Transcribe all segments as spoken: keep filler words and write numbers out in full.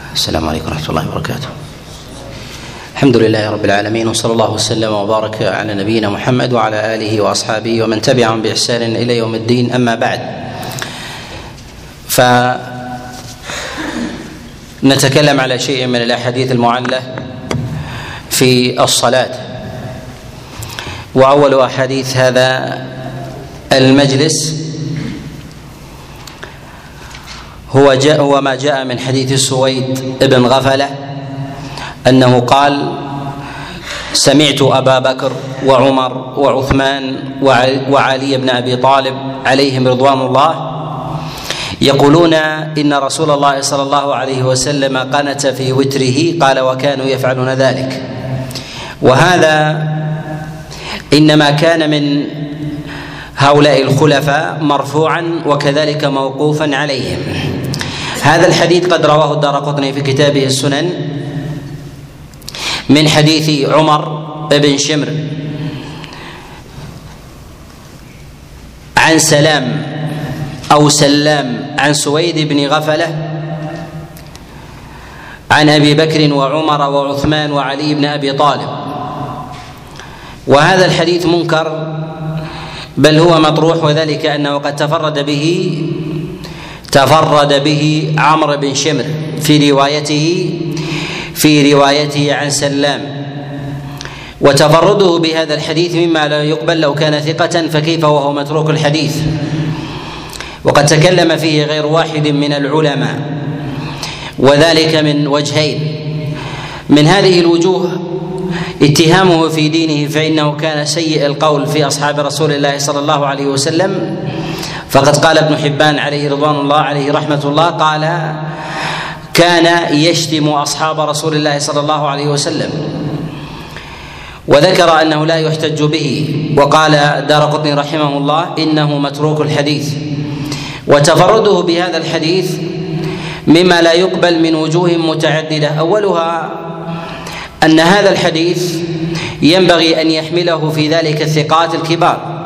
السلام عليكم ورحمة الله وبركاته. الحمد لله رب العالمين، وصلى الله وسلم وبارك على نبينا محمد وعلى آله وأصحابه ومن تبعهم بإحسان إلى يوم الدين. أما بعد، فنتكلم على شيء من الأحاديث المعلة في الصلاة، وأول أحاديث هذا المجلس هو جاء هو ما جاء من حديث سويد بن غفلة أنه قال: سمعت أبا بكر وعمر وعثمان وعلي بن أبي طالب عليهم رضوان الله يقولون إن رسول الله صلى الله عليه وسلم قنت في وتره، قال: وكانوا يفعلون ذلك. وهذا إنما كان من هؤلاء الخلفاء مرفوعا وكذلك موقوفا عليهم. هذا الحديث قد رواه الدارقطني في كتابه السنن من حديث عمر بن شمر عن سلام أو سلام عن سويد بن غفلة عن أبي بكر وعمر وعثمان وعلي بن أبي طالب. وهذا الحديث منكر، بل هو مطروح، وذلك أنه قد تفرد به تفرد به عمرو بن شمر في روايته في روايته عن سلام، وتفرده بهذا الحديث مما لا يقبل لو كان ثقة، فكيف وهو متروك الحديث؟ وقد تكلم فيه غير واحد من العلماء، وذلك من وجهين. من هذه الوجوه اتهامه في دينه، فإنه كان سيء القول في أصحاب رسول الله صلى الله عليه وسلم، فقد قال ابن حبان عليه رضوان الله عليه رحمة الله، قال: كان يشتم أصحاب رسول الله صلى الله عليه وسلم، وذكر أنه لا يحتج به. وقال الدارقطني رحمه الله: إنه متروك الحديث. وتفرده بهذا الحديث مما لا يقبل من وجوه متعددة. أولها أن هذا الحديث ينبغي أن يحمله في ذلك الثقات الكبار،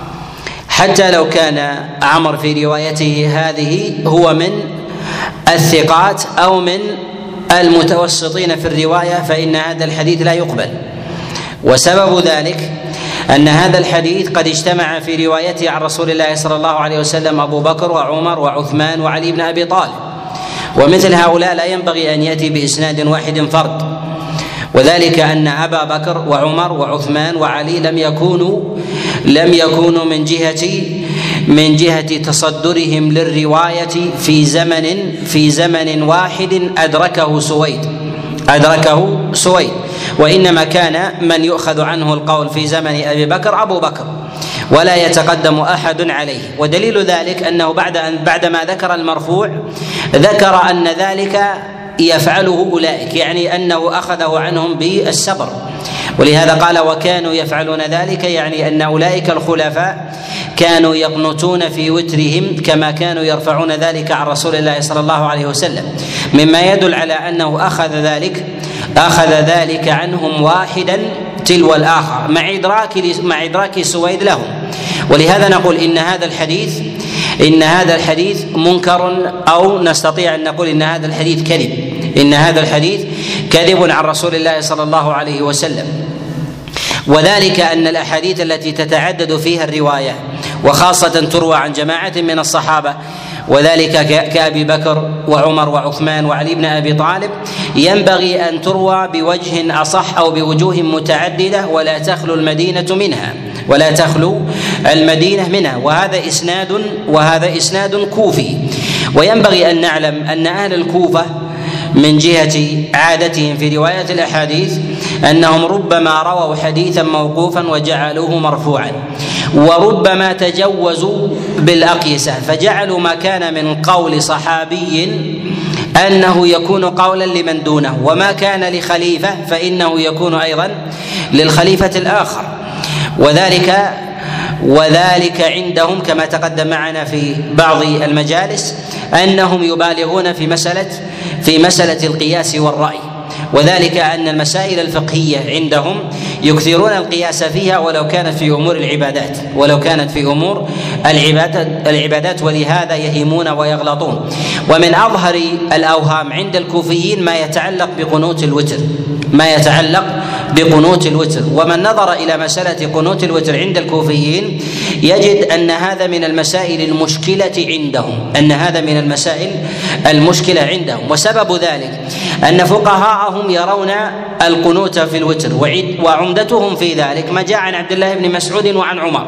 حتى لو كان عمر في روايته هذه هو من الثقات أو من المتوسطين في الرواية، فإن هذا الحديث لا يقبل. وسبب ذلك أن هذا الحديث قد اجتمع في روايته عن رسول الله صلى الله عليه وسلم أبو بكر وعمر وعثمان وعلي بن أبي طالب، ومثل هؤلاء لا ينبغي أن يأتي بإسناد واحد فرد، وذلك أن أبا بكر وعمر وعثمان وعلي لم يكونوا لم يكونوا من جهة من جهة تصدرهم للرواية في زمن في زمن واحد أدركه سويد أدركه سويد وإنما كان من يؤخذ عنه القول في زمن أبي بكر أبو بكر، ولا يتقدم أحد عليه. ودليل ذلك أنه بعد أن بعدما ذكر المرفوع ذكر أن ذلك يفعله أولئك، يعني أنه أخذه عنهم بالسبر، ولهذا قال: وكانوا يفعلون ذلك، يعني أن أولئك الخلفاء كانوا يقنتون في وترهم كما كانوا يرفعون ذلك عن رسول الله صلى الله عليه وسلم، مما يدل على أنه أخذ ذلك أخذ ذلك عنهم واحدا تلو الآخر مع إدراك مع إدراك سويد لهم. ولهذا نقول إن هذا الحديث إن هذا الحديث منكر، أو نستطيع أن نقول إن هذا الحديث كذب إن هذا الحديث كذب عن رسول الله صلى الله عليه وسلم. وذلك أن الأحاديث التي تتعدد فيها الرواية، وخاصة تروى عن جماعة من الصحابة، وذلك كأبي بكر وعمر وعثمان وعلي بن أبي طالب، ينبغي أن تروى بوجه أصح أو بوجوه متعددة، ولا تخلو المدينة منها ولا تخلو المدينة منها وهذا إسناد وهذا إسناد كوفي. وينبغي أن نعلم أن أهل الكوفة من جهة عادتهم في رواية الأحاديث أنهم ربما رووا حديثا موقوفا وجعلوه مرفوعا، وربما تجوزوا بالأقيسة فجعلوا ما كان من قول صحابي أنه يكون قولا لمن دونه، وما كان لخليفة فإنه يكون أيضا للخليفة الآخر. وذلك وذلك عندهم كما تقدم معنا في بعض المجالس أنهم يبالغون في مسألة في مسألة القياس والرأي، وذلك أن المسائل الفقهية عندهم يكثرون القياس فيها ولو كانت في امور العبادات ولو كانت في امور العبادات العبادات ولهذا يهيمون ويغلطون. ومن اظهر الاوهام عند الكوفيين ما يتعلق بقنوت الوتر ما يتعلق بقنوت الوتر ومن نظر الى مساله قنوت الوتر عند الكوفيين يجد ان هذا من المسائل المشكله عندهم ان هذا من المسائل المشكله عندهم وسبب ذلك ان فقهاءهم يرون القنوت في الوتر وعمدتهم في ذلك ما جاء عن عبد الله بن مسعود وعن عمر،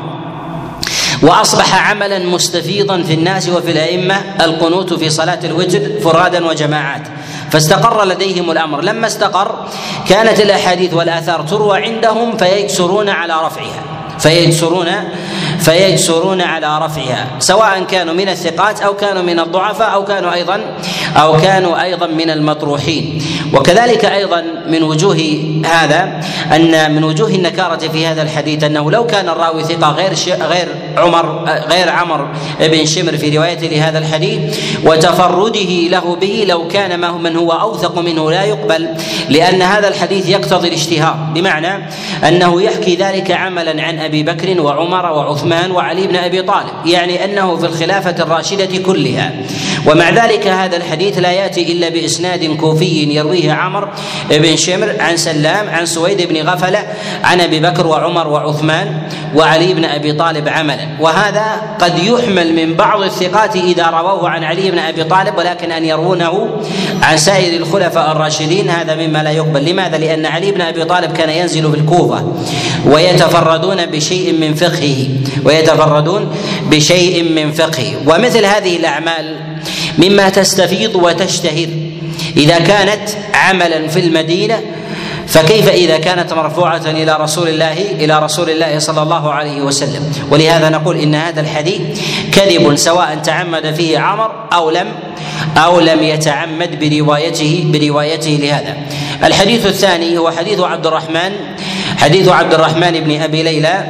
واصبح عملا مستفيضا في الناس وفي الائمه القنوت في صلاه الوتر فرادا وجماعات، فاستقر لديهم الامر. لما استقر كانت الاحاديث والاثار تروى عندهم فيجسرون على رفعها فيجسرون فيجسرون على رفعها سواء كانوا من الثقات او كانوا من الضعفاء او كانوا ايضا او كانوا ايضا من المطروحين. وكذلك ايضا من وجوه هذا ان من وجوه النكاره في هذا الحديث انه لو كان الراوي ثقه غير غير عمر غير عمرو بن شمر في روايته لهذا الحديث وتفرده له به لو كان من هو اوثق منه لا يقبل، لان هذا الحديث يقتضي الاشتهار، بمعنى انه يحكي ذلك عملا عن ابي بكر وعمر وعثمان وعلي بن ابي طالب، يعني انه في الخلافه الراشده كلها. ومع ذلك هذا الحديث لا ياتي الا باسناد كوفي يرويه عمرو بن شمر عن سلام عن سويد بن غفله عن ابي بكر وعمر وعثمان وعلي بن ابي طالب عملا، وهذا قد يحمل من بعض الثقات اذا رووه عن علي بن ابي طالب، ولكن ان يروونه عن سائر الخلفاء الراشدين هذا مما لا يقبل. لماذا؟ لان علي بن ابي طالب كان ينزل في الكوفه ويتفردون بشيء من فقهه ويتفردون بشيء من فقهه ومثل هذه الاعمال مما تستفيض وتشتهر اذا كانت عملا في المدينه، فكيف اذا كانت مرفوعه الى رسول الله الى رسول الله صلى الله عليه وسلم؟ ولهذا نقول ان هذا الحديث كذب سواء تعمد فيه عمر او لم او لم يتعمد بروايته بروايته لهذا. الحديث الثاني هو حديث عبد الرحمن حديث عبد الرحمن بن ابي ليلى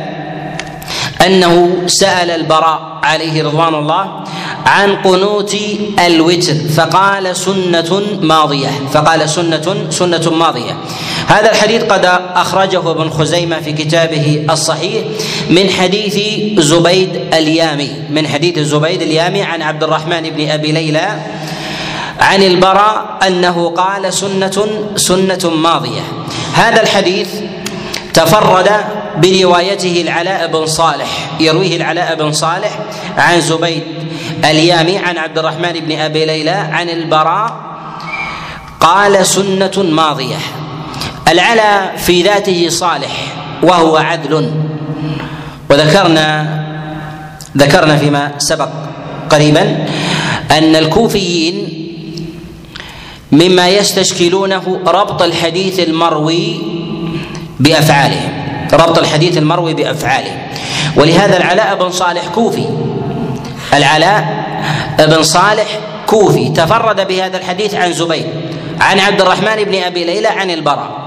انه سأل البراء عليه رضوان الله عن قنوت الوتر فقال سنة ماضية فقال سنة سنة ماضية. هذا الحديث قد أخرجه ابن خزيمة في كتابه الصحيح من حديث زبيد اليامي من حديث زبيد اليامي عن عبد الرحمن بن أبي ليلى عن البراء أنه قال سنة سنة ماضية. هذا الحديث تفرد بروايته العلاء بن صالح يرويه العلاء بن صالح عن زبيد اليامي عن عبد الرحمن بن أبي ليلى عن البراء قال سنة ماضية. العلاء في ذاته صالح وهو عدل، وذكرنا ذكرنا فيما سبق قريبا أن الكوفيين مما يستشكلونه ربط الحديث المروي بأفعاله ربط الحديث المروي بأفعاله ولهذا العلاء بن صالح كوفي العلاء بن صالح كوفي تفرد بهذا الحديث عن زبيد عن عبد الرحمن بن أبي ليلى عن البراء،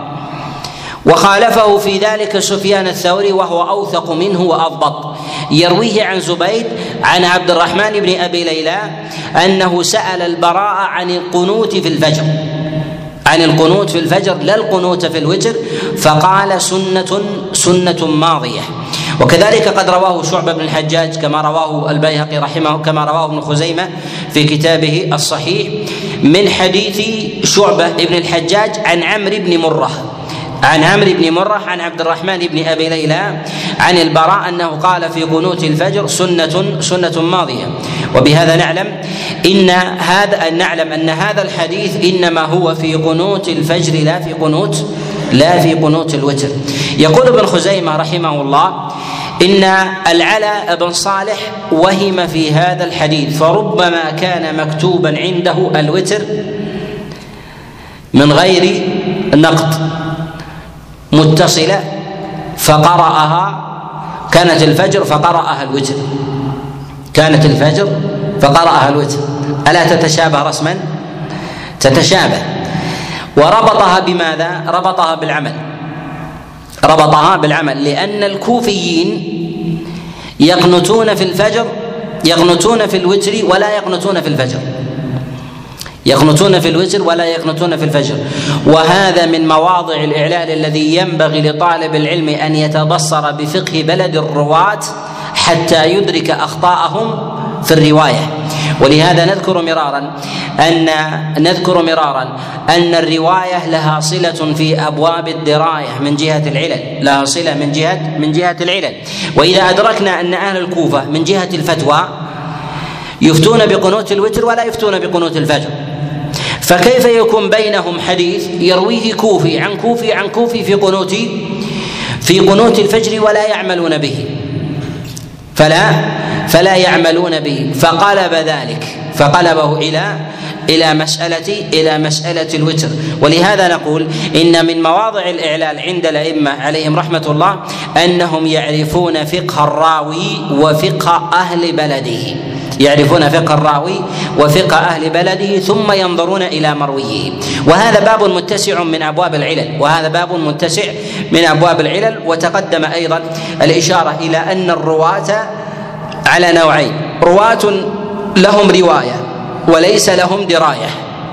وخالفه في ذلك سفيان الثوري وهو أوثق منه وأضبط يرويه عن زبيد عن عبد الرحمن بن أبي ليلى أنه سأل البراء عن القنوت في الفجر عن القنوت في الفجر لا القنوت في الوتر فقال سنة سنة ماضية. وكذلك قد رواه شعبة بن الحجاج كما رواه البيهقي رحمه كما رواه ابن خزيمة في كتابه الصحيح من حديث شعبة بن الحجاج عن عمرو بن مرة عن عمرو بن مرة عن عبد الرحمن بن أبي ليلى عن البراء أنه قال في قنوت الفجر سنة سنة ماضية. وبهذا نعلم إن هذا نعلم أن هذا الحديث إنما هو في قنوت الفجر لا في قنوت لا في قنوت الوتر. يقول ابن خزيمة رحمه الله إن العلاء بن صالح وهم في هذا الحديث فربما كان مكتوبا عنده الوتر من غير نقط متصلة فقرأها كانت الفجر فقرأها الوتر كانت الفجر فقرأها الوتر ألا تتشابه رسما؟ تتشابه. وربطها بماذا؟ ربطها بالعمل ربطها بالعمل لأن الكوفيين يقنتون في الفجر يقنتون في الوتر ولا يقنتون في الفجر يقنتون في الوتر ولا يقنتون في الفجر. وهذا من مواضع الإعلال الذي ينبغي لطالب العلم أن يتبصر بفقه بلد الرواة حتى يدرك أخطاءهم في الرواية. ولهذا نذكر مرارا أن نذكر مرارا أن الرواية لها صلة في أبواب الدراية من جهة العلل، لها صلة من جهة من جهة العلل. وإذا أدركنا أن أهل الكوفة من جهة الفتوى يفتون بقنوت الوتر ولا يفتون بقنوت الفجر، فكيف يكون بينهم حديث يرويه كوفي عن كوفي عن كوفي في قنوت في قنوت الفجر ولا يعملون به؟ فلا فلا يعملون به، فقلب ذلك فقلبه إلى إلى مسألة إلى مسألة الوتر. ولهذا نقول إن من مواضع الإعلال عند الأئمة عليهم رحمة الله أنهم يعرفون فقه الراوي وفقه أهل بلده، يعرفون فقه الراوي وفقه أهل بلده ثم ينظرون إلى مرويه. وهذا باب متسع من أبواب العلل، وهذا باب متسع من أبواب العلل. وتقدم أيضا الإشارة إلى أن الرواة على نوعين: رواة لهم رواية وليس لهم دراية،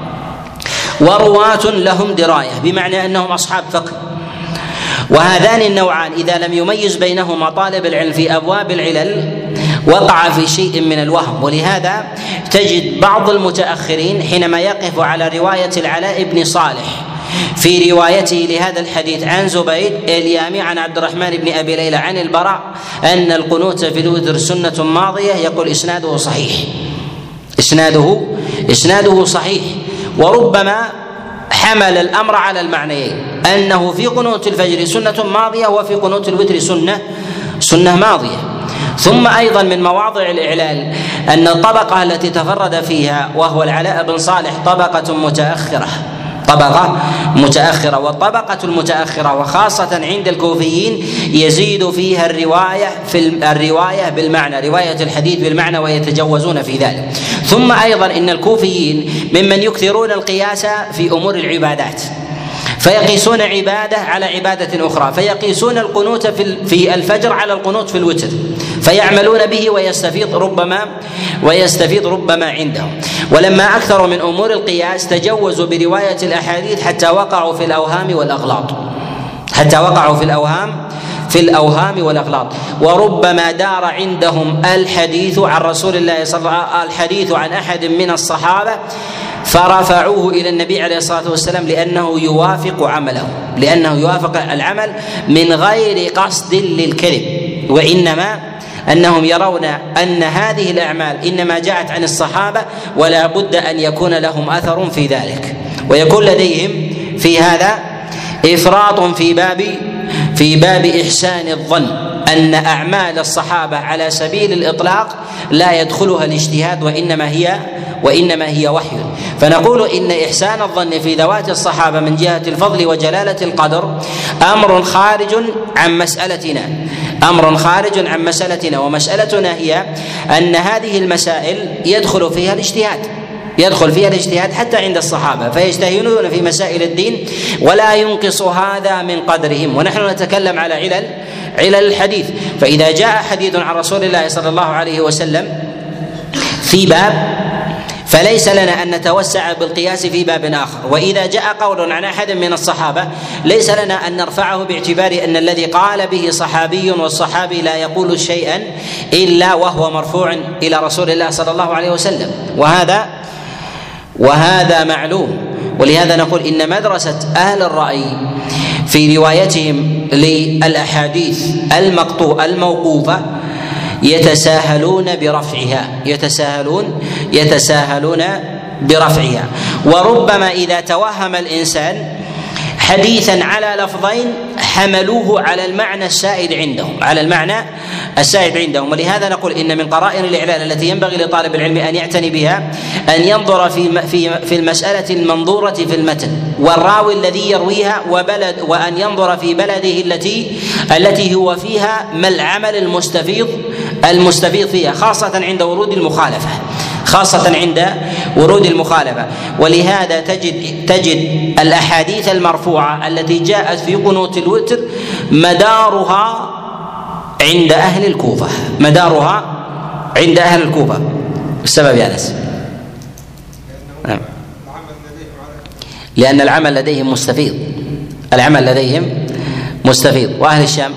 ورواة لهم دراية بمعنى أنهم أصحاب فقه. وهذان النوعان إذا لم يميز بينهما طالب العلم في أبواب العلل وقع في شيء من الوهم. ولهذا تجد بعض المتأخرين حينما يقف على رواية العلاء بن صالح في روايته لهذا الحديث عن زبيد اليامي عن عبد الرحمن بن أبي ليلى عن البراء أن القنوت في الوتر سنة ماضية، يقول إسناده صحيح، إسناده إسناده صحيح. وربما حمل الأمر على المعنيين، أنه في قنوت الفجر سنة ماضية وفي قنوت الوتر سنة سنة ماضية. ثم أيضا من مواضع الإعلال أن الطبقة التي تفرد فيها وهو العلاء بن صالح طبقة متأخرة طبقة متأخرة والطبقة المتأخرة وخاصة عند الكوفيين يزيد فيها الرواية في الرواية بالمعنى، رواية الحديث بالمعنى، ويتجوزون في ذلك. ثم أيضا إن الكوفيين ممن يكثرون القياس في أمور العبادات، فيقيسون عبادة على عبادة أخرى، فيقيسون القنوت في الفجر على القنوت في الوتر، فيعملون به ويستفيض ربما ويستفيض ربما عندهم. ولما أكثروا من أمور القياس تجوزوا برواية الأحاديث حتى وقعوا في الأوهام والأغلاط حتى وقعوا في الأوهام في الأوهام والأغلاط. وربما دار عندهم الحديث عن رسول الله صلى الله عليه وسلم، الحديث عن أحد من الصحابة فرفعوه إلى النبي عليه الصلاة والسلام لأنه يوافق عمله لأنه يوافق العمل من غير قصد للكذب، وإنما أنهم يرون أن هذه الأعمال إنما جاءت عن الصحابة ولا بد أن يكون لهم أثر في ذلك. ويكون لديهم في هذا إفراط في باب في باب إحسان الظن، أن أعمال الصحابة على سبيل الإطلاق لا يدخلها الاجتهاد وإنما هي وإنما هي وحي. فنقول إن إحسان الظن في ذوات الصحابة من جهة الفضل وجلالة القدر أمر خارج عن مسألتنا أمر خارج عن مسألتنا ومسألتنا هي أن هذه المسائل يدخل فيها الاجتهاد يدخل فيها الاجتهاد حتى عند الصحابة، فيجتهدون في مسائل الدين ولا ينقص هذا من قدرهم. ونحن نتكلم على علل علل الحديث، فإذا جاء حديث عن رسول الله صلى الله عليه وسلم في باب فليس لنا أن نتوسع بالقياس في باب آخر، وإذا جاء قول عن أحد من الصحابة ليس لنا أن نرفعه باعتبار أن الذي قال به صحابي والصحابي لا يقول شيئا إلا وهو مرفوع إلى رسول الله صلى الله عليه وسلم، وهذا وهذا معلوم. ولهذا نقول إن مدرسة أهل الرأي في روايتهم للأحاديث المقطوعة الموقوفة يتساهلون برفعها يتساهلون يتساهلون برفعها. وربما إذا توهم الإنسان حديثا على لفظين حملوه على المعنى السائد عندهم على المعنى السائد عندهم ولهذا نقول إن من قرائن الإعلال التي ينبغي لطالب العلم أن يعتني بها أن ينظر في في في المسألة المنظورة في المتن والراوي الذي يرويها وبلد، وأن ينظر في بلده التي التي هو فيها ما العمل المستفيض المستفيض فيها، خاصة عند ورود المخالفة خاصة عند ورود المخالفة. ولهذا تجد تجد الأحاديث المرفوعة التي جاءت في قنوت الوتر مدارها عند أهل الكوفة مدارها عند أهل الكوفة. السبب يا أنس؟ نعم. لأن العمل لديهم مستفيض، العمل لديهم مستفيض. وأهل الشام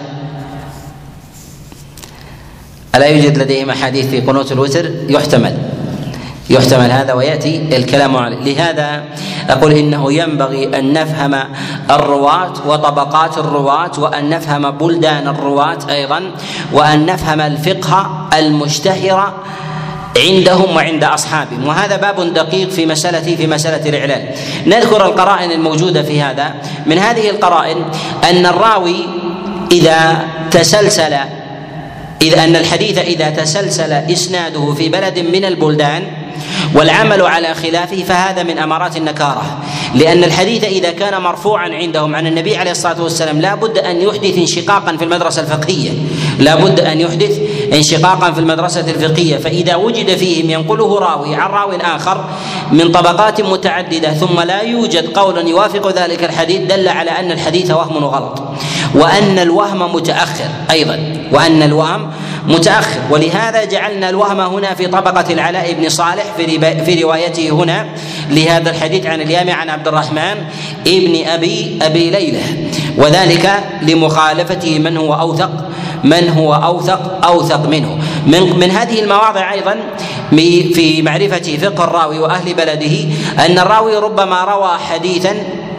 ألا يوجد لديهم أحاديث في قنوت الوتر؟ يحتمل يحتمل هذا ويأتي الكلام عليه. لهذا أقول إنه ينبغي أن نفهم الرواة وطبقات الرواة، وأن نفهم بلدان الرواة أيضا، وأن نفهم الفقه المشتهر عندهم وعند أصحابهم. وهذا باب دقيق في مسألة في مسألة الإعلال. نذكر القرائن الموجودة في هذا. من هذه القرائن أن الراوي إذا تسلسل إذا أن الحديث إذا تسلسل إسناده في بلد من البلدان والعمل على خلافه فهذا من أمارات النكارة، لأن الحديث إذا كان مرفوعا عندهم عن النبي عليه الصلاة والسلام لا بد أن يحدث انشقاقا في المدرسة الفقهية، لا بد أن يحدث انشقاقا في المدرسة الفقهية. فإذا وجد فيهم ينقله راوي عن راوي آخر من طبقات متعددة ثم لا يوجد قول يوافق ذلك الحديث دل على أن الحديث وهم وغلط، وأن الوهم متأخر أيضا، وأن الوهم متأخر. ولهذا جعلنا الوهم هنا في طبقة العلاء بن صالح في في روايته هنا لهذا الحديث عن اليامي عن عبد الرحمن ابن أبي أبي ليلى، وذلك لمخالفته من هو أوثق من هو أوثق أوثق منه. من من هذه المواضع أيضا في معرفة فقه الراوي وأهل بلده أن الراوي ربما روى حديثا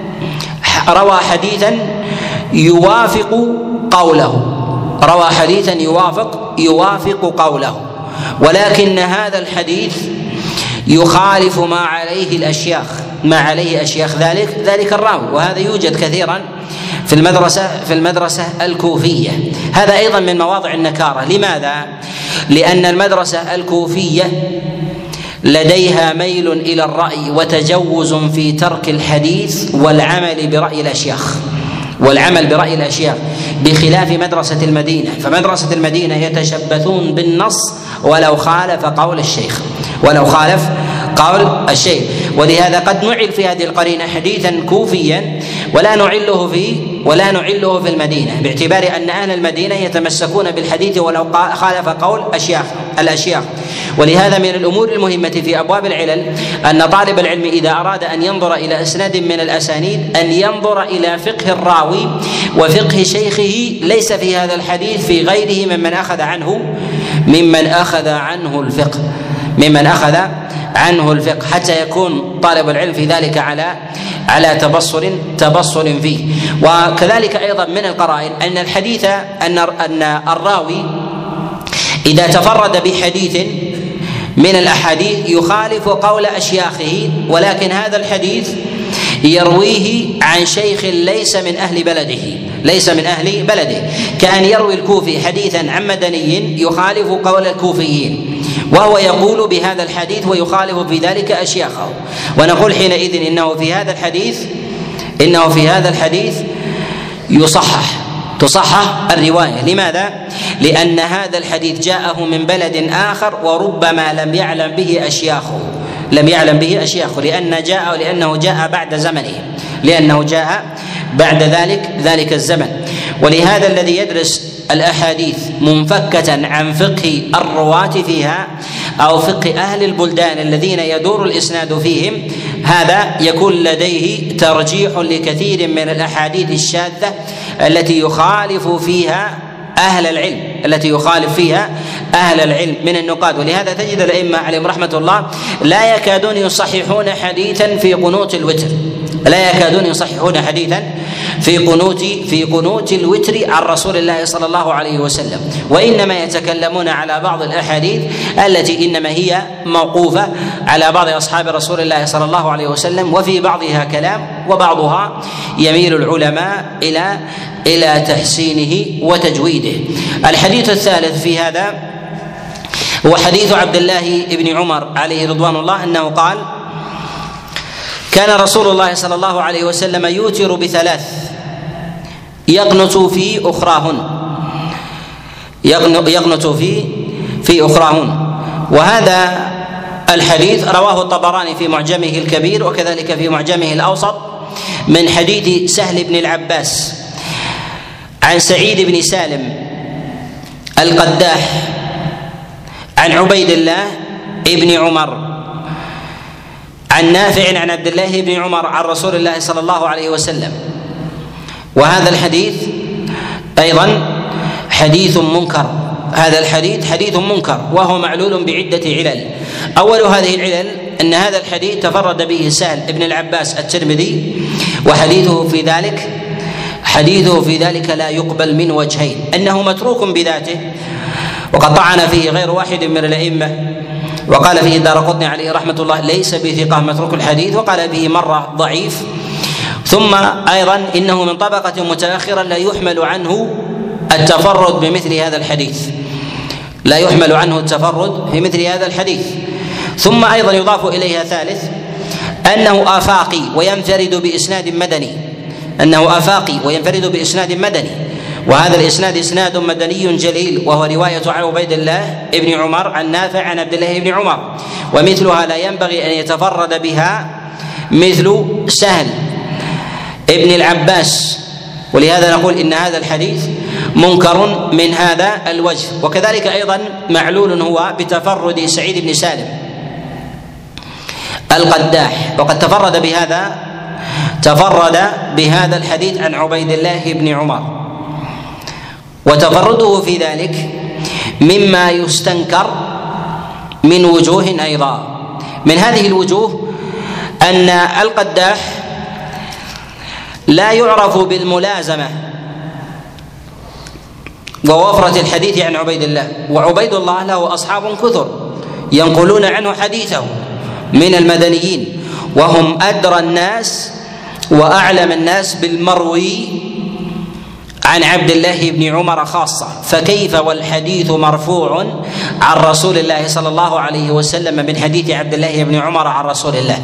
روى حديثا يوافق قوله روى حديثا يوافق يوافق قوله ولكن هذا الحديث يخالف ما عليه الأشياخ ما عليه أشياخ ذلك ذلك الراوي، وهذا يوجد كثيرا في المدرسة في المدرسة الكوفية. هذا أيضا من مواضع النكارة. لماذا؟ لأن المدرسة الكوفية لديها ميل إلى الرأي وتجوز في ترك الحديث والعمل برأي الأشياخ والعمل برأي الأشياخ بخلاف مدرسة المدينة. فمدرسة المدينة يتشبثون بالنص ولو خالف قول الشيخ ولو خالف قول الشيخ ولهذا قد نعل في هذه القرينة حديثا كوفيا ولا نعله في ولا نعله في المدينة، باعتبار أن أهل المدينة يتمسكون بالحديث ولو خالف قول أشياخ الأشياخ. ولهذا من الأمور المهمة في أبواب العلل أن طالب العلم إذا أراد أن ينظر إلى إسناد من الأسانيد أن ينظر إلى فقه الراوي وفقه شيخه ليس في هذا الحديث في غيره ممن أخذ عنه ممن أخذ عنه الفقه ممن أخذ عنه الفقه حتى يكون طالب العلم في ذلك على على تبصر تبصر فيه. وكذلك أيضا من القرائن أن الحديث أن أن الراوي إذا تفرد بحديث من الأحاديث يخالف قول أشياخه ولكن هذا الحديث يرويه عن شيخ ليس من أهل بلده ليس من أهل بلده كأن يروي الكوفي حديثا عن مدني يخالف قول الكوفيين وهو يقول بهذا الحديث ويخالف في ذلك أشياخه. ونقول حينئذ إنه في هذا الحديث إنه في هذا الحديث يصحح تصحح الرواية. لماذا؟ لأن هذا الحديث جاءه من بلد آخر وربما لم يعلم به أشياخه لم يعلم به أشياخه لأن جاء لأنه جاء بعد زمنه لأنه جاء بعد ذلك ذلك الزمن. ولهذا الذي يدرس الأحاديث منفكة عن فقه الرواة فيها أو فقه أهل البلدان الذين يدور الإسناد فيهم هذا يكون لديه ترجيح لكثير من الأحاديث الشاذة التي يخالف فيها أهل العلم التي يخالف فيها أهل العلم من النقاد. ولهذا تجد الأئمة عليهم رحمة الله لا يكادون يصححون حديثا في قنوت الوتر لا يكادون يصححون حديثا في قنوت في قنوت الوتر عن رسول الله صلى الله عليه وسلم، وإنما يتكلمون على بعض الأحاديث التي إنما هي موقوفة على بعض أصحاب رسول الله صلى الله عليه وسلم وفي بعضها كلام وبعضها يميل العلماء إلى إلى تحسينه وتجويده. الحديث الثالث في هذا هو حديث عبد الله بن عمر عليه رضوان الله أنه قال: كان رسول الله صلى الله عليه وسلم يوتر بثلاث يقنت في أخراهن يقنت في في أخراهن. وهذا الحديث رواه الطبراني في معجمه الكبير وكذلك في معجمه الأوسط من حديث سهل بن العباس عن سعيد بن سالم القداح عن عبيد الله بن عمر عن نافع عن عبد الله بن عمر عن رسول الله صلى الله عليه وسلم. وهذا الحديث أيضا حديث منكر، هذا الحديث حديث منكر وهو معلول بعدة علل. أول هذه العلل أن هذا الحديث تفرد به سهل بن العباس الترمذي، وحديثه في ذلك حديثه في ذلك لا يقبل من وجهين: أنه متروك بذاته وقد طعن فيه غير واحد من الأئمة، وقال فيه الدارقطني عليه رحمة الله ليس بثقة متروك الحديث، وقال به مرة ضعيف. ثم أيضا إنه من طبقة متأخرة لا يحمل عنه التفرد بمثل هذا الحديث، لا يحمل عنه التفرد في مثل هذا الحديث. ثم أيضا يضاف إليها ثالث أنه آفاقي وينفرد بإسناد مدني، أنه آفاقي وينفرد بإسناد مدني، وهذا الإسناد إسناد مدني جليل، وهو رواية عن عبيد الله بن عمر عن نافع عن عبد الله بن عمر، ومثلها لا ينبغي أن يتفرد بها مثل سهل ابن العباس، ولهذا نقول إن هذا الحديث منكر من هذا الوجه. وكذلك أيضا معلول هو بتفرد سعيد بن سالم القداح، وقد تفرد بهذا تفرد بهذا الحديث عن عبيد الله بن عمر، وتفرده في ذلك مما يستنكر من وجوه أيضا. من هذه الوجوه أن القداح لا يعرف بالملازمة ووفرة الحديث عن عبيد الله، وعبيد الله له أصحاب كثر ينقلون عنه حديثه من المدنيين، وهم أدرى الناس وأعلم الناس بالمروي عن عبد الله بن عمر خاصة، فكيف والحديث مرفوع عن رسول الله صلى الله عليه وسلم من حديث عبد الله بن عمر عن رسول الله،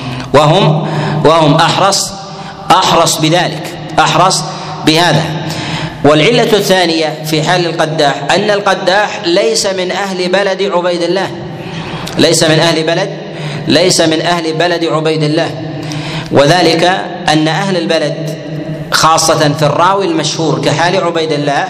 وهم وهم أحرص أحرص بذلك أحرص بهذا. والعلة الثانية في حال القداح أن القداح ليس من أهل بلد عبيد الله، ليس من أهل بلد ليس من أهل بلد عبيد الله، وذلك أن أهل البلد خاصة في الراوي المشهور كحال عبيد الله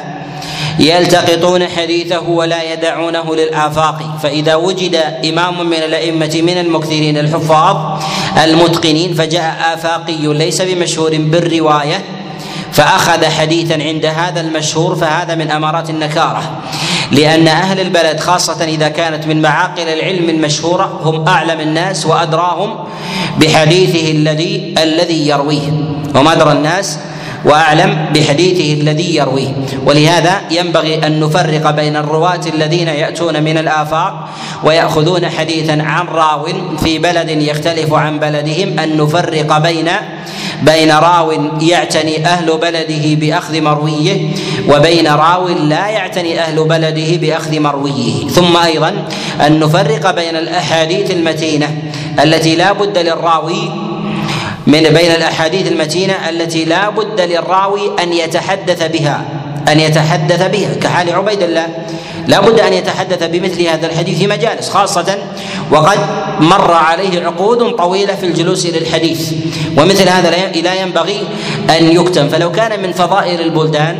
يلتقطون حديثه ولا يدعونه للآفاق، فإذا وجد إمام من الأئمة من المكثرين الحفاظ المتقنين فجاء آفاقي ليس بمشهور بالرواية فأخذ حديثا عند هذا المشهور، فهذا من أمارات النكارة، لأن أهل البلد خاصة إذا كانت من معاقل العلم المشهورة هم أعلم الناس وأدراهم بحديثه الذي الذي يرويه، هم أدرى الناس وأعلم بحديثه الذي يرويه. ولهذا ينبغي أن نفرق بين الرواة الذين يأتون من الآفاق ويأخذون حديثا عن راو في بلد يختلف عن بلدهم، أن نفرق بين بين راو يعتني أهل بلده بأخذ مرويه وبين راو لا يعتني أهل بلده بأخذ مرويه. ثم أيضا أن نفرق بين الأحاديث المتينة التي لا بد للراوي من بين الأحاديث المتينة التي لا بد للراوي أن يتحدث بها أن يتحدث بها كحال عبيد الله، لا بد أن يتحدث بمثل هذا الحديث في مجالس، خاصة وقد مر عليه عقود طويلة في الجلوس للحديث، ومثل هذا لا ينبغي أن يكتم. فلو كان من فضائل البلدان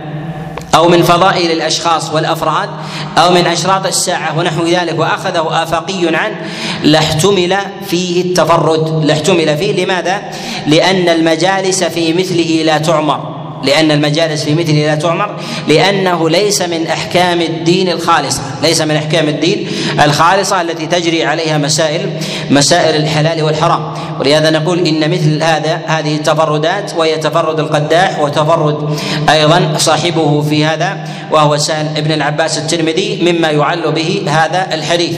أو من فضائل الأشخاص والأفراد أو من أشراط الساعة ونحو ذلك وأخذه آفاقي عنه لاحتمل فيه التفرد، لاحتمل فيه. لماذا؟ لأن المجالس في مثله لا تعمر لأن المجالس في مثله لا تعمر لأنه ليس من أحكام الدين الخالصة ليس من أحكام الدين الخالصة التي تجري عليها مسائل مسائل الحلال والحرام. ولهذا نقول إن مثل هذا هذه التفردات، وهي تفرد القداح وتفرد أيضا صاحبه في هذا وهو سهل بن العباس الترمذي، مما يعل به هذا الحديث.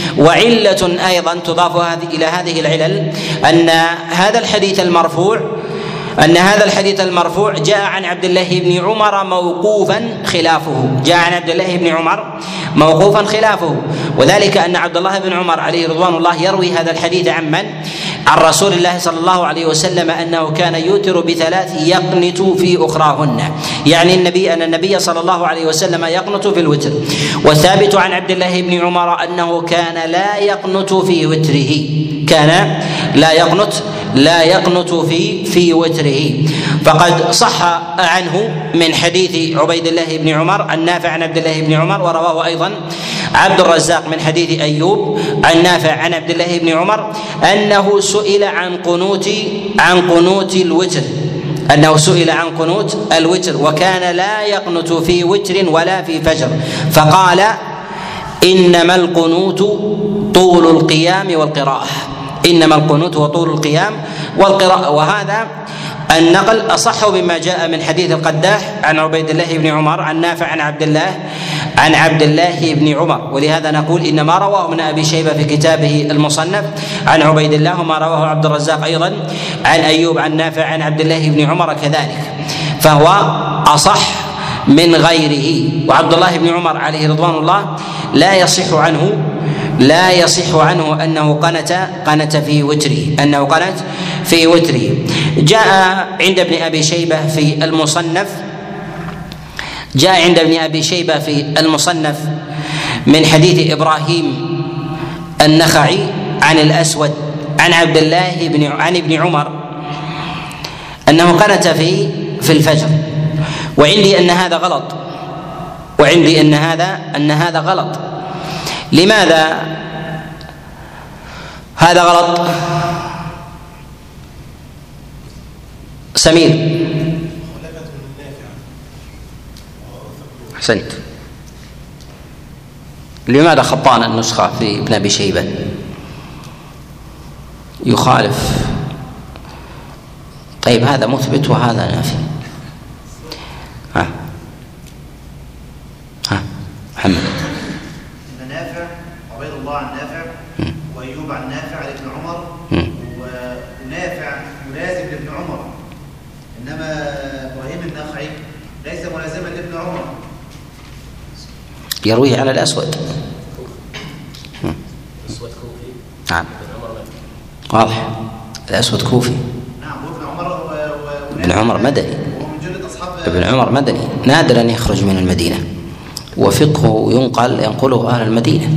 وعلة أيضا تضاف إلى هذه العلل أن هذا الحديث المرفوع أن هذا الحديث المرفوع جاء عن عبد الله بن عمر موقوفا خلافه جاء عن عبد الله بن عمر موقوفا خلافه وذلك أن عبد الله بن عمر عليه رضوان الله يروي هذا الحديث عن من؟ عن رسول الله صلى الله عليه وسلم أنه كان يوتر بثلاث يقنت في أخراهن، يعني النبي أن النبي صلى الله عليه وسلم يقنت في الوتر. والثابت عن عبد الله بن عمر أنه كان لا يقنت في وتره كان لا يقنت لا يقنت في في وتره. فقد صح عنه من حديث عبيد الله بن عمر النافع عن عبد الله بن عمر، ورواه أيضا عبد الرزاق من حديث أيوب عن نافع عن عبد الله بن عمر أنه سئل عن قنوت عن قنوت الوتر أنه سئل عن قنوت الوتر وكان لا يقنت في وتر ولا في فجر فقال إنما القنوت طول القيام والقراءة إنما القنوت هو طول القيام والقراءة. وهذا النقل أصح مما جاء من حديث القداح عن عبيد الله بن عمر عن نافع عن عبد الله عن عبد الله بن عمر. ولهذا نقول إن ما رواه ابن أبي شيبة في كتابه المصنف عن عبيد الله وما رواه عبد الرزاق أيضا عن أيوب عن نافع عن عبد الله بن عمر كذلك فهو أصح من غيره. وعبد الله بن عمر عليه رضوان الله لا يصح عنه لا يصح عنه أنه قنت قنت في وتره أنه قنت في وتره. جاء عند ابن أبي شيبة في المصنف جاء عند ابن أبي شيبة في المصنف من حديث إبراهيم النخعي عن الأسود عن عبد الله بن عن ابن عمر أنه قنت في في الفجر. وعندي أن هذا غلط وعندي أن هذا أن هذا غلط. لماذا هذا غلط؟ سمير أحسنت. لماذا خطأنا النسخة في ابن أبي شيبة؟ يخالف. طيب هذا مثبت وهذا نافي. ها ها محمد. إن نافع عبيد الله عن نافع وأيوب عن نافع عن ابن عمر ونافع ملازم لابن عمر إنما إبراهيم النخعي ليس ملازما لابن عمر يرويه على الأسود. الأسود كوفي. نعم واضح الأسود كوفي. نعم وابن عمر ابن عمر مدني ومن جلة أصحاب ابن عمر مدني نادر أن يخرج من المدينة وفقهه ينقل ينقله أهل المدينة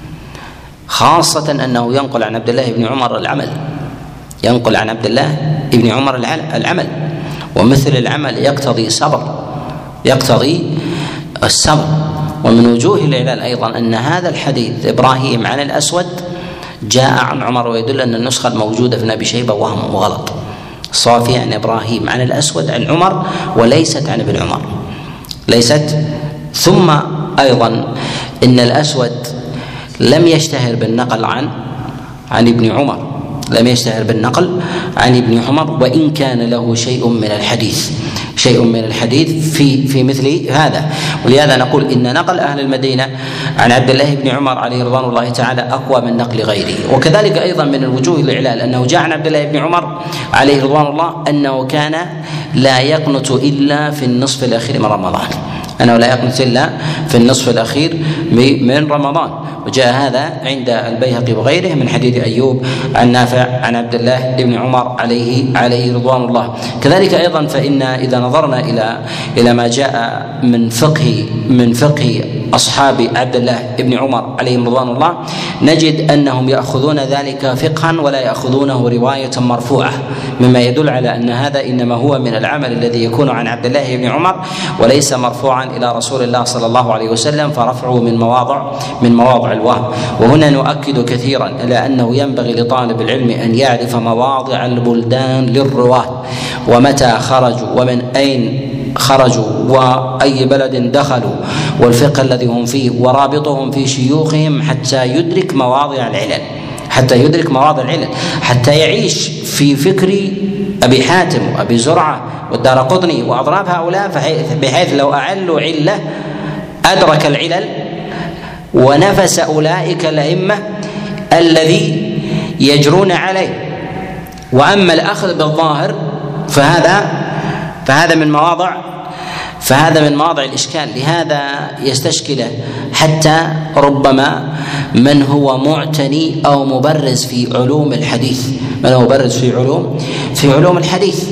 خاصة أنه ينقل عن عبد الله بن عمر العمل ينقل عن عبد الله بن عمر العمل ومثل العمل يقتضي صبر يقتضي الصبر. ومن وجوه العلل أيضا أن هذا الحديث إبراهيم عن الأسود جاء عن عمر ويدل أن النسخة الموجودة في أبي شيبة وهم وغلط. صافي عن إبراهيم عن الأسود عن عمر وليست عن ابن عمر ليست. ثم أيضا إن الأسود لم يشتهر بالنقل عن عن ابن عمر لم يشتهر بالنقل عن ابن عمر وإن كان له شيء من الحديث شيء من الحديث في في مثل هذا. ولهذا نقول إن نقل أهل المدينة عن عبد الله بن عمر عليه رضوان الله تعالى أقوى من نقل غيره. وكذلك أيضا من الوجوه الإعلال أنه جاء عن عبد الله بن عمر عليه رضوان الله أنه كان لا يقنت إلا في النصف الأخير من رمضان أنه لا يقنت إلا في النصف الأخير من رمضان. وجاء هذا عند البيهقي وغيره من حديث أيوب عن نافع عن عبد الله بن عمر عليه عليه رضوان الله. كذلك أيضا فإن إذا نظرنا إلى إلى ما جاء من فقه من فقه أصحاب عبد الله بن عمر عليهم رضوان الله نجد أنهم يأخذون ذلك فقها ولا يأخذونه رواية مرفوعة مما يدل على أن هذا إنما هو من العمل الذي يكون عن عبد الله بن عمر وليس مرفوعا إلى رسول الله صلى الله عليه وسلم فرفعه من مواضع من مواضع الوهم. وهنا نؤكد كثيرا إلى أنه ينبغي لطالب العلم أن يعرف مواضع البلدان للرواة ومتى خرجوا ومن أين خرجوا وأي بلد دخلوا والفقه الذي هم فيه ورابطهم في شيوخهم حتى يدرك مواضع العلل حتى يدرك مواضع العلل حتى يعيش في فكر أبي حاتم وأبي زرعة والدارقطني وأضراب هؤلاء بحيث لو أعلوا علة أدرك العلل ونفس أولئك الأئمة الذي يجرون عليه. وأما الأخذ بالظاهر فهذا فهذا من مواضع فهذا من مواضع الإشكال. لهذا يستشكل حتى ربما من هو معتني أو مبرز في علوم الحديث من هو مبرز في علوم في علوم الحديث.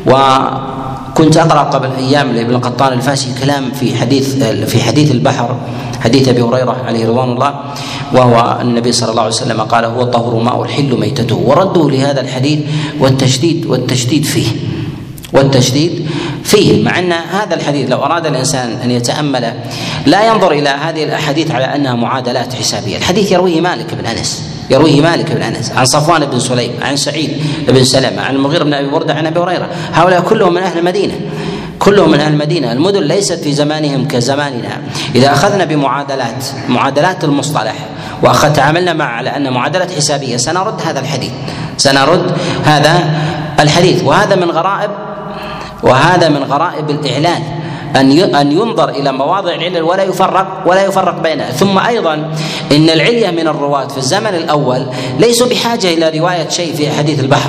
وكنت أقرأ قبل أيام لابن القطان الفاسي كلام في حديث في حديث البحر حديث أبي هريرة عليه رضوان الله وهو النبي صلى الله عليه وسلم قال هو الطهور ماء الحل ميتته وردوا لهذا الحديث والتشديد والتشديد فيه والتشديد فيه، مع أن هذا الحديث لو أراد الإنسان أن يتأمله لا ينظر إلى هذه الأحاديث على أنها معادلات حسابية. الحديث يرويه مالك بن أنس يرويه مالك بن أنس عن صفوان بن سليم عن سعيد بن سلمة عن المغيرة بن أبي بردة عن أبي هريرة، هؤلاء كلهم من أهل المدينة، كلهم من أهل المدينة. المدن ليست في زمانهم كزماننا. إذا أخذنا بمعادلات معادلات المصطلح وتعاملنا مع على أن معادلة حسابية سنرد هذا الحديث سنرد هذا الحديث وهذا من غرائب وهذا من غرائب الإعلان أن أن ينظر إلى مواضع العلل ولا يفرق ولا يفرق بينها. ثم أيضا إن العلية من الرواة في الزمن الأول ليسوا بحاجة إلى رواية شيء في حديث البحر،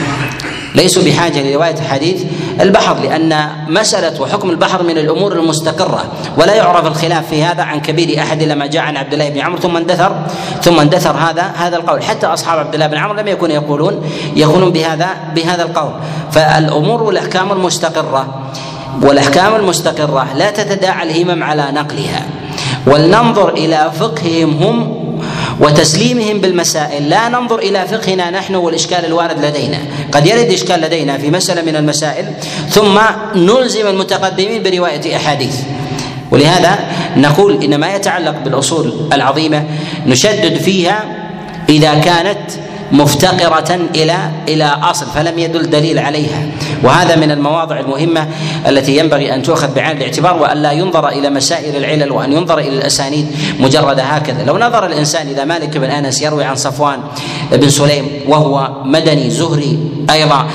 ليسوا بحاجة لرواية حديث البحر، لأن مسألة وحكم البحر من الأمور المستقرة ولا يعرف الخلاف في هذا عن كبير أحد إلا ما جاء عن عبد الله بن عمرو ثم اندثر ثم اندثر هذا هذا القول. حتى أصحاب عبد الله بن عمرو لم يكونوا يقولون يقولون بهذا بهذا القول. فالأمور والأحكام المستقرة والأحكام المستقرة لا تتداعى الهمم على نقلها، ولننظر إلى فقههم هم وتسليمهم بالمسائل، لا ننظر إلى فقهنا نحن والإشكال الوارد لدينا. قد يرد إشكال لدينا في مسألة من المسائل ثم نلزم المتقدمين برواية أحاديث. ولهذا نقول إن ما يتعلق بالأصول العظيمة نشدد فيها إذا كانت مفتقرة إلى إلى أصل فلم يدل دليل عليها، وهذا من المواضع المهمة التي ينبغي أن تؤخذ بعين الاعتبار، وأن لا ينظر إلى مسائل العلل وأن ينظر إلى الأسانيد مجرد هكذا. لو نظر الإنسان إذا مالك بن أنس يروي عن صفوان بن سليم وهو مدني زهري أيضا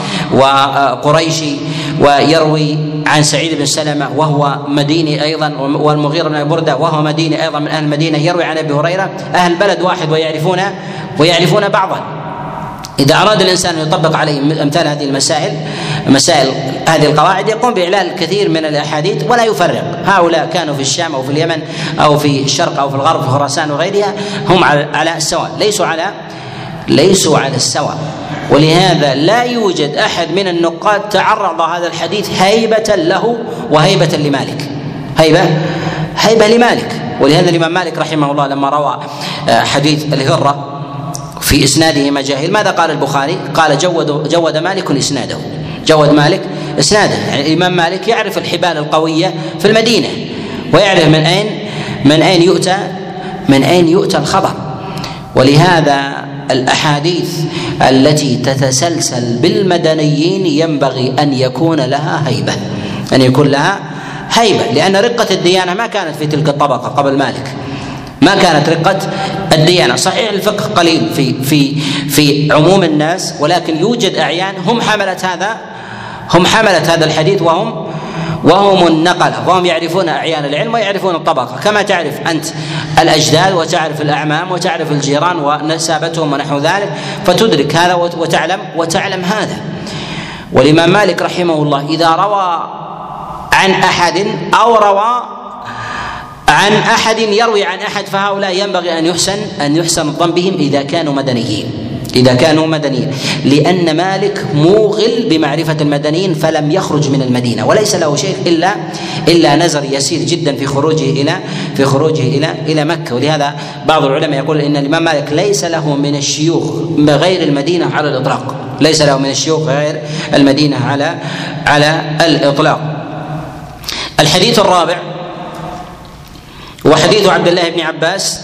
وقريشي، ويروي عن سعيد بن سلمة وهو مديني أيضا، والمغيرة بن أبي بردة وهو مديني أيضا من أهل المدينة، يروي عن أبي هريرة، أهل بلد واحد ويعرفون ويعرفون بعضا. إذا أراد الإنسان أن يطبق عليه أمثال هذه المسائل مسائل هذه القواعد يقوم بإعلان الكثير من الأحاديث ولا يفرق. هؤلاء كانوا في الشام أو في اليمن أو في الشرق أو في الغرب في خراسان وغيرها، هم على السواء، ليسوا على ليسوا على السواء. ولهذا لا يوجد أحد من النقاد تعرض هذا الحديث هيبة له وهيبة لمالك، هيبة هيبة لمالك. ولهذا الإمام مالك رحمه الله لما روى حديث الهرة في إسناده مجاهيل، ماذا قال البخاري؟ قال جود جود مالك إسناده، جود مالك إسناده. يعني الإمام مالك يعرف الحبال القوية في المدينة ويعرف من أين من أين يؤتى من أين يؤتى الخبر. ولهذا الأحاديث التي تتسلسل بالمدنيين ينبغي أن يكون لها هيبة أن يكون لها هيبة لأن رقة الديانة ما كانت في تلك الطبقة قبل مالك، ما كانت رقة الديانة. صحيح الفقه قليل في في في عموم الناس، ولكن يوجد أعيان هم حملة هذا هم حملة هذا الحديث وهم وهم النقلة، وهم يعرفون أعيان العلم ويعرفون الطبقة، كما تعرف أنت الأجداد وتعرف الأعمام وتعرف الجيران ونسابتهم ونحو ذلك، فتدرك هذا وتعلم وتعلم هذا. والإمام مالك رحمه الله إذا روى عن أحد أو روى عن أحد يروي عن أحد فهؤلاء ينبغي أن يحسن أن يحسن الظن بهم إذا كانوا مدنيين إذا كانوا مدنيين لأن مالك موغل بمعرفة المدنيين فلم يخرج من المدينة، وليس له شيء إلا إلا نزر يسير جدا في خروجه إلى في خروجه إلى إلى مكة. ولهذا بعض العلماء يقول إن الإمام مالك ليس له من الشيوخ غير المدينة على الإطلاق، ليس له من الشيوخ غير المدينة على على الإطلاق. الحديث الرابع وحديث عبد الله بن عباس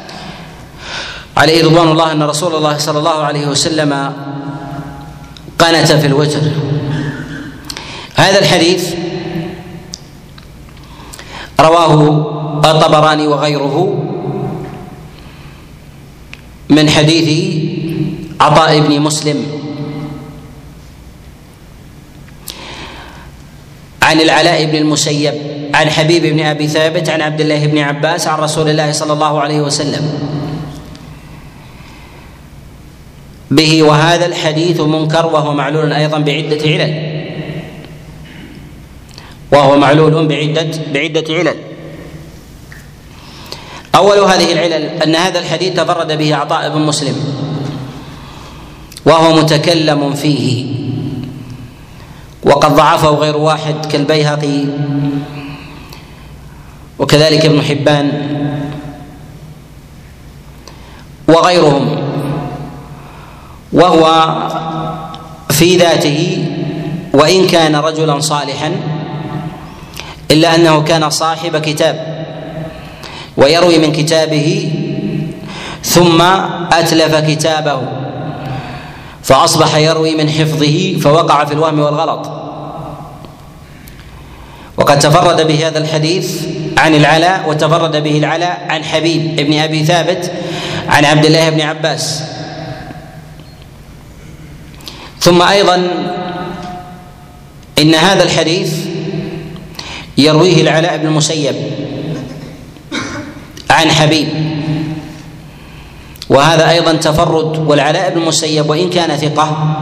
عليه رضوان الله أن رسول الله صلى الله عليه وسلم قنت في الوتر. هذا الحديث رواه الطبراني وغيره من حديث عطاء بن مسلم عن العلاء بن المسيب عن حبيب بن أبي ثابت عن عبد الله بن عباس عن رسول الله صلى الله عليه وسلم به. وهذا الحديث منكر وهو معلول أيضا بعدة علل وهو معلول بعدة بعدة علل. أول هذه العلل أن هذا الحديث تفرد به عطاء بن مسلم وهو متكلم فيه، وقد ضعفه غير واحد كالبيهقي وكذلك ابن حبان وغيرهم، وهو في ذاته وإن كان رجلا صالحا إلا أنه كان صاحب كتاب ويروي من كتابه ثم أتلف كتابه فأصبح يروي من حفظه فوقع في الوهم والغلط. وقد تفرد بهذا الحديث عن العلاء، وتفرد به العلاء عن حبيب ابن أبي ثابت عن عبد الله بن عباس. ثم أيضا إن هذا الحديث يرويه العلاء بن المسيب عن حبيب، وهذا أيضا تفرد. والعلاء بن المسيب وإن كان ثقة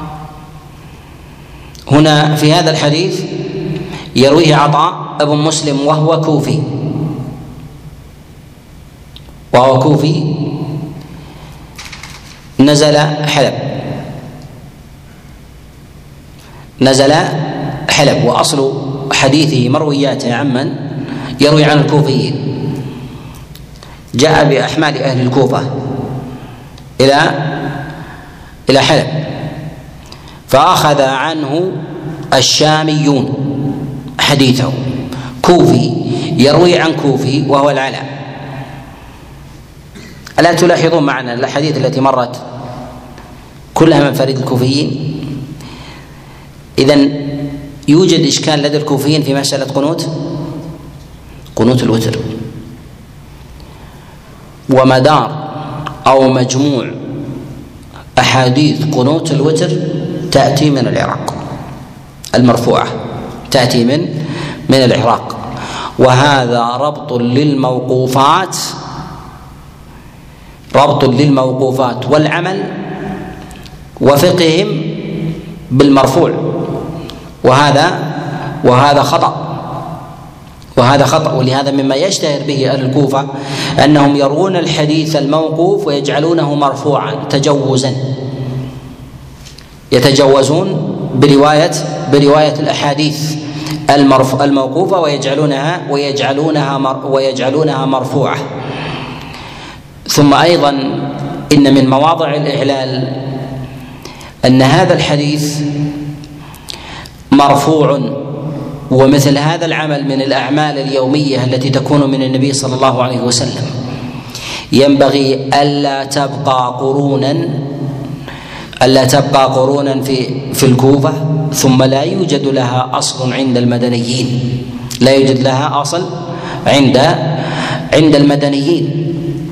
هنا في هذا الحديث يرويه عطاء أبو مسلم وهو كوفي وهو كوفي نزل حلب نزل حلب وأصل حديثه مروياته عمن يروي عن الكوفيين، جاء بأحمال أهل الكوفة إلى إلى حلب فأخذ عنه الشاميون حديثه، كوفي يروي عن كوفي وهو العلاء. ألا تلاحظون معنا الأحاديث التي مرت كلها من فريق الكوفيين؟ إذن يوجد إشكال لدى الكوفيين في مسألة قنوت قنوت الوتر، ومدار أو مجموع أحاديث قنوت الوتر تأتي من العراق، المرفوعة تأتي من من العراق، وهذا ربط للموقوفات ربط للموقوفات والعمل وفقههم بالمرفوع، وهذا وهذا خطأ وهذا خطأ ولهذا مما يشتهر به أهل الكوفة أنهم يرون الحديث الموقوف ويجعلونه مرفوعا تجوزا، يتجوزون برواية برواية الأحاديث الموقوفة ويجعلونها ويجعلونها مر ويجعلونها مرفوعة. ثم أيضا إن من مواضع الإعلال أن هذا الحديث مرفوع، ومثل هذا العمل من الأعمال اليومية التي تكون من النبي صلى الله عليه وسلم ينبغي ألا تبقى قرونا ألا تبقى قرونا في في الكوفة ثم لا يوجد لها أصل عند المدنيين لا يوجد لها أصل عند عند المدنيين.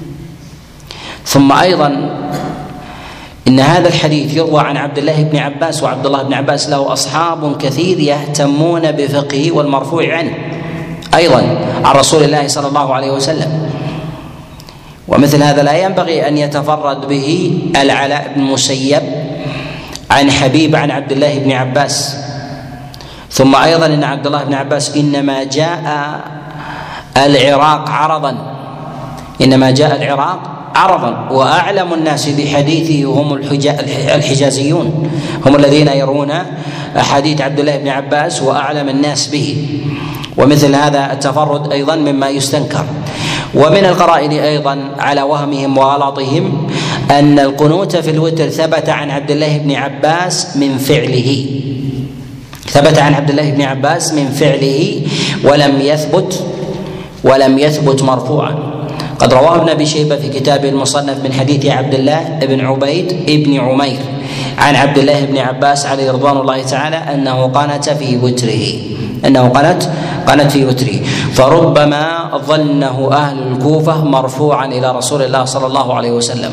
ثم أيضا إن هذا الحديث يروى عن عبد الله بن عباس، وعبد الله بن عباس له أصحاب كثير يهتمون بفقهه والمرفوع عنه أيضا عن رسول الله صلى الله عليه وسلم، ومثل هذا لا ينبغي أن يتفرد به العلاء بن المسيب عن حبيب عن عبد الله بن عباس. ثم أيضا إن عبد الله بن عباس إنما جاء العراق عرضا إنما جاء العراق عرضا وأعلم الناس بحديثه هم الحجازيون، هم الذين يرون حديث عبد الله بن عباس وأعلم الناس به، ومثل هذا التفرد أيضا مما يستنكر. ومن القرائن أيضا على وهمهم وغلطهم أن القنوت في الوتر ثبت عن عبد الله بن عباس من فعله ثبت عن عبد الله بن عباس من فعله ولم يثبت ولم يثبت مرفوعا. قد رواه ابن أبي شيبة في كتابه المصنف من حديث عبد الله بن عبيد بن عمير عن عبد الله بن عباس عليه رضوان الله تعالى أنه قنت في وتره أنه قنت قنت في وتره فربما ظنه أهل الكوفة مرفوعا إلى رسول الله صلى الله عليه وسلم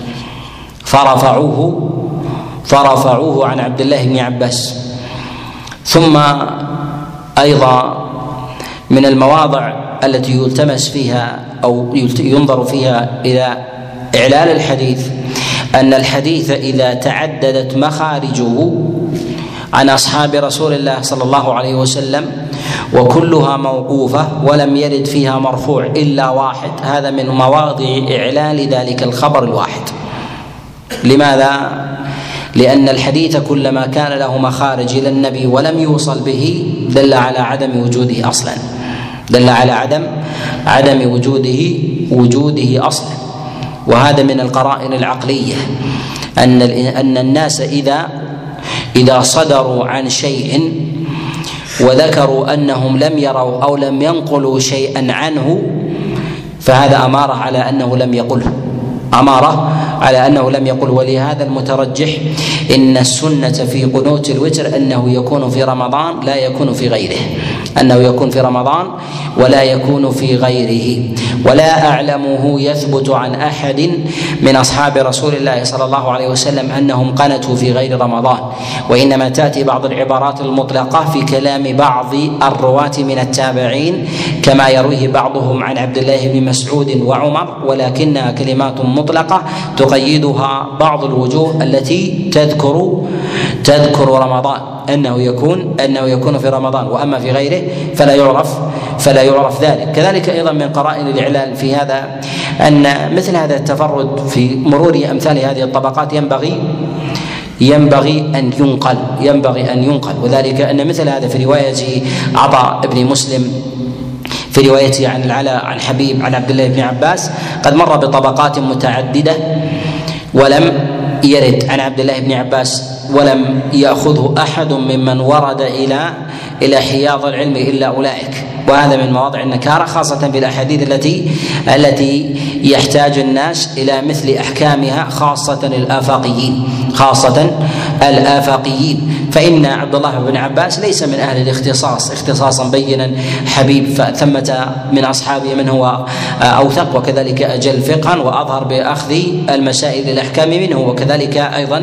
فرفعوه فرفعوه عن عبد الله بن عباس. ثم أيضا من المواضع التي يلتمس فيها أو ينظر فيها إلى إعلال الحديث أن الحديث إذا تعددت مخارجه عن أصحاب رسول الله صلى الله عليه وسلم وكلها موقوفة ولم يرد فيها مرفوع إلا واحد، هذا من مواضع إعلال ذلك الخبر الواحد. لماذا؟ لأن الحديث كلما كان له مخارج إلى النبي ولم يوصل به دل على عدم وجوده أصلا دل على عدم عدم وجوده وجوده أصلا. وهذا من القرائن العقلية أن أن الناس إذا إذا صدروا عن شيء وذكروا أنهم لم يروا أو لم ينقلوا شيئا عنه فهذا أمارة على أنه لم يقله، أمارة على أنه لم يقل. ولهذا المترجح إن السنة في قنوت الوتر أنه يكون في رمضان لا يكون في غيره، أنه يكون في رمضان ولا يكون في غيره. ولا أعلمه يثبت عن أحد من أصحاب رسول الله صلى الله عليه وسلم أنهم قنتوا في غير رمضان، وإنما تأتي بعض العبارات المطلقة في كلام بعض الرواة من التابعين كما يرويه بعضهم عن عبد الله بن مسعود وعمر، ولكنها كلمات مطلقة تقيدها بعض الوجوه التي تذكر تذكر رمضان أنه يكون أنه يكون في رمضان، وأما في غيره فلا يعرف فلا يعرف ذلك. كذلك أيضا من قرائن الإعلال في هذا أن مثل هذا التفرد في مرور أمثال هذه الطبقات ينبغي ينبغي أن ينقل ينبغي أن ينقل وذلك أن مثل هذا في رواية عطاء بن مسلم في روايته عن العلاء عن حبيب عن عبد الله بن عباس قد مر بطبقات متعددة ولم يرد عن عبد الله بن عباس ولم يأخذه أحد ممن ورد إلى إلى حياض العلم إلا أولئك، وهذا من مواضع النكارة خاصة في الأحاديث التي التي يحتاج الناس إلى مثل أحكامها خاصة الآفاقيين خاصة الآفاقيين فإن عبد الله بن عباس ليس من أهل الاختصاص اختصاصا بينا حبيب، فثمة من أصحابه من هو أوثق وكذلك أجل فقها وأظهر بأخذ المسائل الأحكام منه، وكذلك أيضا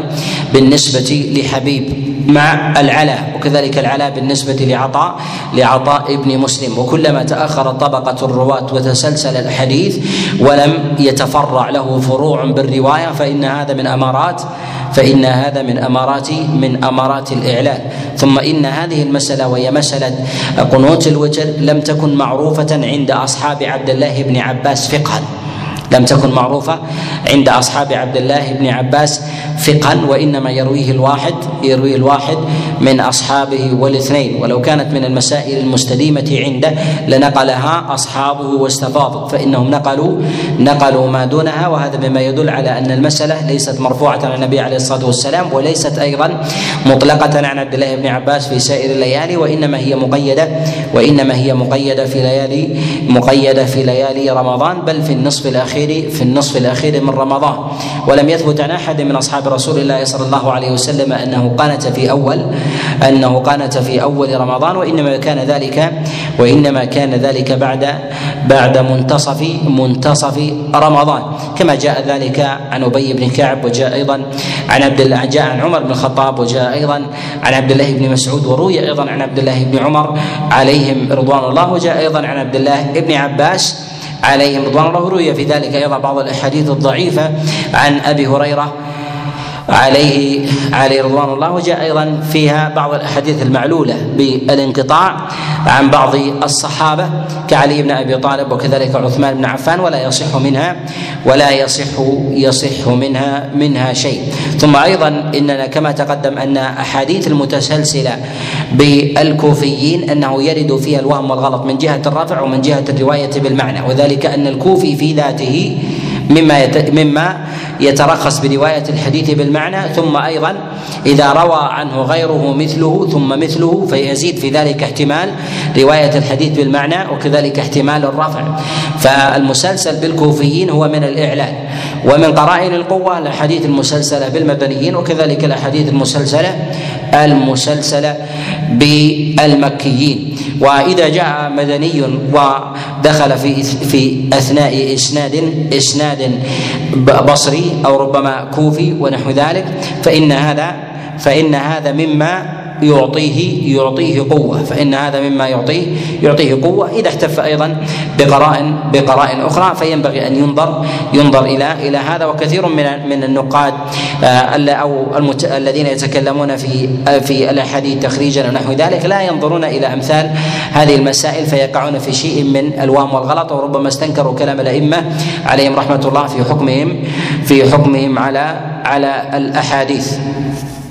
بالنسبة لحبيب مع العلاء، وكذلك العلاء بالنسبة لعطاء لعطاء ابن مسلم. وكلما تأخرت طبقة الرواة وتسلسل الحديث ولم يتفرع له فروع بالرواية فإن هذا من أمارات فإن هذا من أمارات من أمارات الإعلال. ثم إن هذه المسألة وهي مسألة قنوت الوتر لم تكن معروفة عند أصحاب عبد الله بن عباس فقها لم تكن معروفة عند أصحاب عبد الله بن عباس فقها وإنما يرويه الواحد يرويه الواحد من أصحابه والاثنين، ولو كانت من المسائل المستديمة عنده لنقلها أصحابه واستفاضوا، فإنهم نقلوا نقلوا ما دونها، وهذا مما يدل على أن المسألة ليست مرفوعة عن النبي عليه الصلاة والسلام وليست أيضا مطلقة عن عبد الله بن عباس في سائر الليالي، وإنما هي مقيدة وإنما هي مقيدة في ليالي مقيدة في ليالي رمضان، بل في النصف الأخير في النصف الأخير من رمضان. ولم يثبت عن أحد من أصحاب رسول الله صلى الله عليه وسلم أنه قانت في أول أنه قانت في أول رمضان، وإنما كان ذلك وإنما كان ذلك بعد بعد منتصف منتصف رمضان، كما جاء ذلك عن أبي بن كعب، وجاء أيضا عن عبد الله جاء عن عمر بن الخطاب، وجاء أيضا عن عبد الله بن مسعود، وروي أيضا عن عبد الله بن عمر عليهم رضوان الله، وجاء أيضا عن عبد الله بن عباس عليهم رضوان الله. روي في ذلك أيضا بعض الأحاديث الضعيفة عن أبي هريرة عليه عليه رضوان الله، وجاء أيضا فيها بعض الأحاديث المعلولة بالانقطاع عن بعض الصحابة كعلي بن أبي طالب وكذلك عثمان بن عفان، ولا يصح منها ولا يصح يصح منها منها شيء. ثم أيضا إننا كما تقدم أن أحاديث المتسلسلة بالكوفيين أنه يرد فيها الوهم والغلط من جهة الرفع ومن جهة الرواية بالمعنى، وذلك أن الكوفي في ذاته مما مما يترخص برواية الحديث بالمعنى، ثم أيضا إذا روى عنه غيره مثله ثم مثله فيزيد في ذلك احتمال رواية الحديث بالمعنى وكذلك احتمال الرفع. فالمسلسل بالكوفيين هو من الإعلال. ومن قرائن القوة الأحاديث المسلسلة بالمدنيين، وكذلك الأحاديث المسلسلة المسلسلة بالمكيين. وإذا جاء مدني ودخل في في أثناء إسناد إسناد بصري أو ربما كوفي ونحو ذلك فإن هذا فإن هذا مما يعطيه يعطيه قوة فإن هذا مما يعطيه يعطيه قوة إذا احتف أيضا بقرائن بقرائن أخرى، فينبغي أن ينظر ينظر إلى إلى هذا. وكثير من من النقاد أو المت... الذين يتكلمون في في الأحاديث تخريجا ونحو ذلك لا ينظرون إلى أمثال هذه المسائل فيقعون في شيء من الوهم والغلط، وربما استنكروا كلام الأئمة عليهم رحمة الله في حكمهم في حكمهم على على الأحاديث.